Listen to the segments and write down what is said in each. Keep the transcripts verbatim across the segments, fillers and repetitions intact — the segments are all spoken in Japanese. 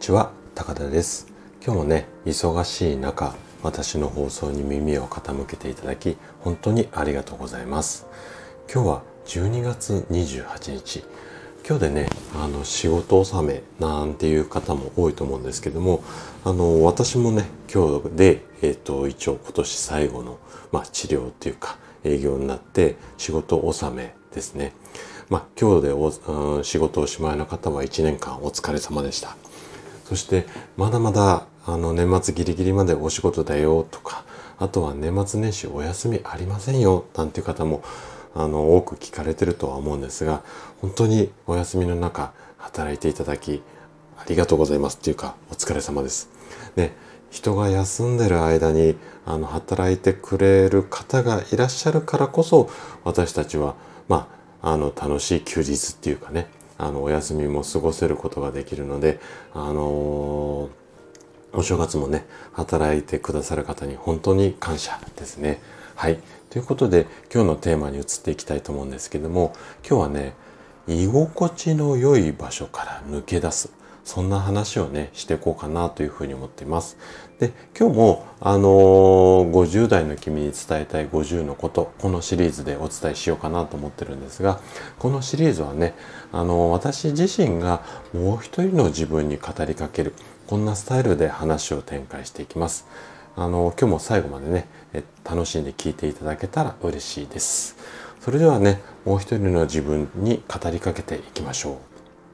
ちは、高田です。今日もね、忙しい中、私の放送に耳を傾けていただき、本当にありがとうございます。今日はじゅうにがつにじゅうはちにち。今日でね、あの仕事納めなんていう方も多いと思うんですけども、あの私もね、今日で、えっと、一応今年最後の、まあ、治療っていうか営業になって仕事納めですね。まあ、今日でお、うん、仕事おしまいの方はいちねんかんお疲れ様でした。そしてまだまだあの年末ギリギリまでお仕事だよとか、あとは年末年始お休みありませんよなんていう方もあの多く聞かれてるとは思うんですが、本当にお休みの中働いていただきありがとうございますっていうか、お疲れ様です。で、人が休んでる間にあの働いてくれる方がいらっしゃるからこそ、私たちはまああの楽しい休日っていうかね、あのお休みも過ごせることができるので、あのー、お正月もね働いてくださる方に本当に感謝ですね。はい、ということで今日のテーマに移っていきたいと思うんですけども、今日はね、居心地の良い場所から抜け出す、そんな話をねしていこうかなというふうに思っています。で、今日もあのー、ごじゅう代の君に伝えたいごじゅうのこと、このシリーズでお伝えしようかなと思ってるんですが、このシリーズはね、あのー、私自身がもう一人の自分に語りかける、こんなスタイルで話を展開していきます。あのー、今日も最後までね楽しんで聞いていただけたら嬉しいです。それではね、もう一人の自分に語りかけていきましょう。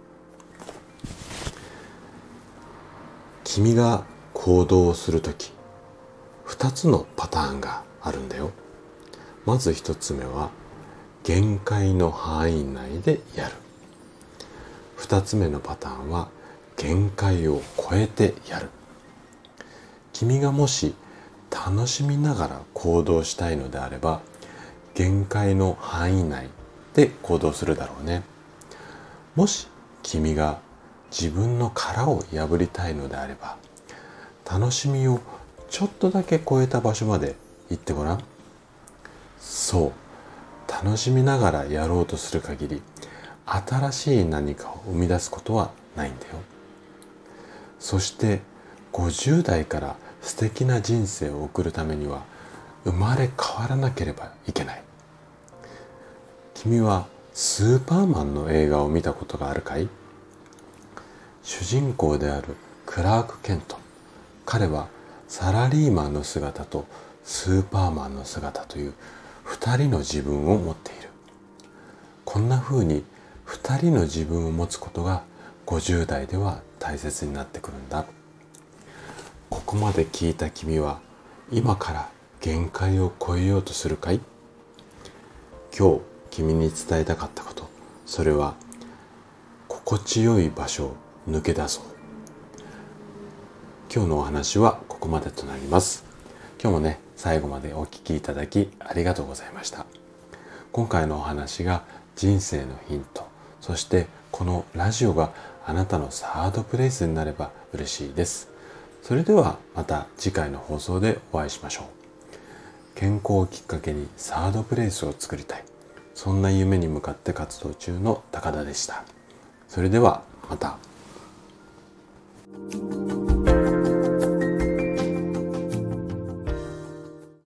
君が行動をするとき、二つのパターンがあるんだよ。まず一つ目は、限界の範囲内でやる。二つ目のパターンは、限界を超えてやる。君がもし楽しみながら行動したいのであれば、限界の範囲内で行動するだろうね。もし君が自分の殻を破りたいのであれば、楽しみをちょっとだけ超えた場所まで行ってごらん。そう、楽しみながらやろうとする限り、新しい何かを生み出すことはないんだよ。そしてごじゅう代から素敵な人生を送るためには、生まれ変わらなければいけない。君はスーパーマンの映画を見たことがあるかい？主人公であるクラーク・ケント、彼はサラリーマンの姿とスーパーマンの姿という二人の自分を持っている。こんな風に二人の自分を持つことがごじゅう代では大切になってくるんだ。ここまで聞いた君は今から限界を超えようとするかい？今日君に伝えたかったこと、それは心地よい場所を抜け出そう。今日のお話はここまでとなります。今日もね、最後までお聞きいただきありがとうございました。今回のお話が人生のヒント、そしてこのラジオがあなたのサードプレイスになれば嬉しいです。それではまた次回の放送でお会いしましょう。健康をきっかけにサードプレイスを作りたい、そんな夢に向かって活動中の高田でした。それではまた。